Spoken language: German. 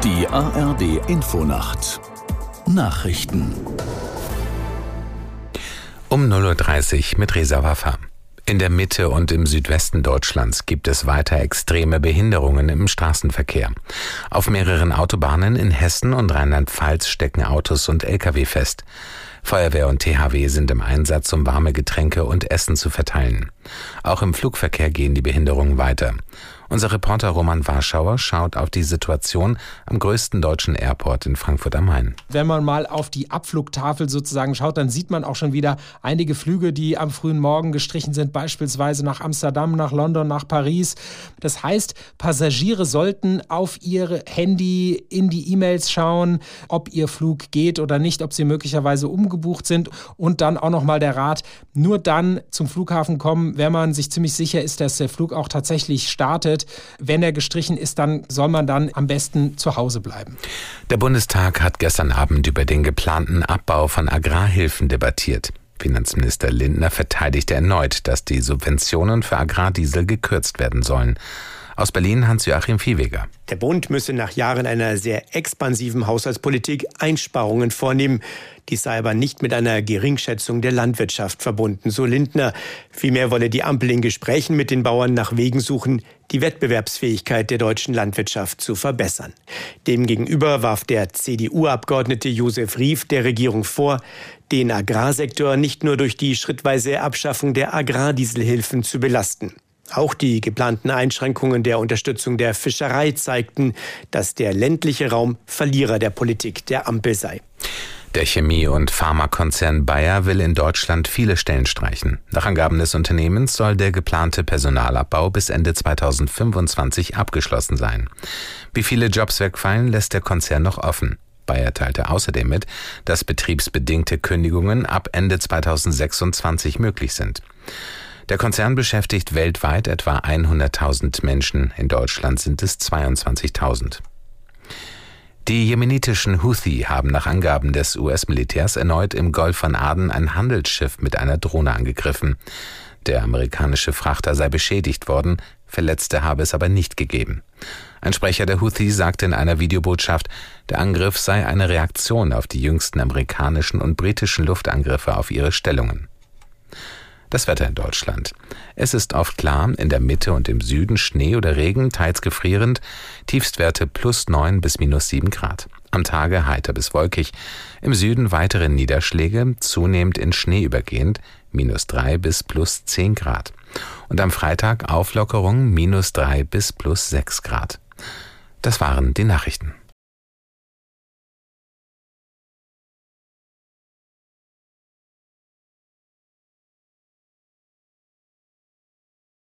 Die ARD Infonacht Nachrichten Um 0:30 Uhr mit Reza Waffa. In der Mitte und im Südwesten Deutschlands gibt es weiter extreme Behinderungen im Straßenverkehr. Auf mehreren Autobahnen in Hessen und Rheinland-Pfalz stecken Autos und Lkw fest. Feuerwehr und THW sind im Einsatz, um warme Getränke und Essen zu verteilen. Auch im Flugverkehr gehen die Behinderungen weiter. Unser Reporter Roman Warschauer schaut auf die Situation am größten deutschen Airport in Frankfurt am Main. Wenn man mal auf die Abflugtafel sozusagen schaut, dann sieht man auch schon wieder einige Flüge, die am frühen Morgen gestrichen sind, beispielsweise nach Amsterdam, nach London, nach Paris. Das heißt, Passagiere sollten auf ihr Handy in die E-Mails schauen, ob ihr Flug geht oder nicht, ob sie möglicherweise umgebucht sind. Und dann auch nochmal der Rat, nur dann zum Flughafen kommen, wenn man sich ziemlich sicher ist, dass der Flug auch tatsächlich startet. Wenn er gestrichen ist, dann soll man dann am besten zu Hause bleiben. Der Bundestag hat gestern Abend über den geplanten Abbau von Agrarhilfen debattiert. Finanzminister Lindner verteidigte erneut, dass die Subventionen für Agrardiesel gekürzt werden sollen. Aus Berlin Hans-Joachim Viehweger. Der Bund müsse nach Jahren einer sehr expansiven Haushaltspolitik Einsparungen vornehmen. Dies sei aber nicht mit einer Geringschätzung der Landwirtschaft verbunden, so Lindner. Vielmehr wolle die Ampel in Gesprächen mit den Bauern nach Wegen suchen, die Wettbewerbsfähigkeit der deutschen Landwirtschaft zu verbessern. Demgegenüber warf der CDU-Abgeordnete Josef Rief der Regierung vor, den Agrarsektor nicht nur durch die schrittweise Abschaffung der Agrardieselhilfen zu belasten. Auch die geplanten Einschränkungen der Unterstützung der Fischerei zeigten, dass der ländliche Raum Verlierer der Politik der Ampel sei. Der Chemie- und Pharmakonzern Bayer will in Deutschland viele Stellen streichen. Nach Angaben des Unternehmens soll der geplante Personalabbau bis Ende 2025 abgeschlossen sein. Wie viele Jobs wegfallen, lässt der Konzern noch offen. Bayer teilte außerdem mit, dass betriebsbedingte Kündigungen ab Ende 2026 möglich sind. Der Konzern beschäftigt weltweit etwa 100.000 Menschen. In Deutschland sind es 22.000. Die jemenitischen Houthi haben nach Angaben des US-Militärs erneut im Golf von Aden ein Handelsschiff mit einer Drohne angegriffen. Der amerikanische Frachter sei beschädigt worden, Verletzte habe es aber nicht gegeben. Ein Sprecher der Houthi sagte in einer Videobotschaft, der Angriff sei eine Reaktion auf die jüngsten amerikanischen und britischen Luftangriffe auf ihre Stellungen. Das Wetter in Deutschland. Es ist oft klar, in der Mitte und im Süden Schnee oder Regen, teils gefrierend, Tiefstwerte +9 bis -7 Grad. Am Tage heiter bis wolkig, im Süden weitere Niederschläge, zunehmend in Schnee übergehend, -3 bis +10 Grad. Und am Freitag Auflockerung -3 bis +6 Grad. Das waren die Nachrichten.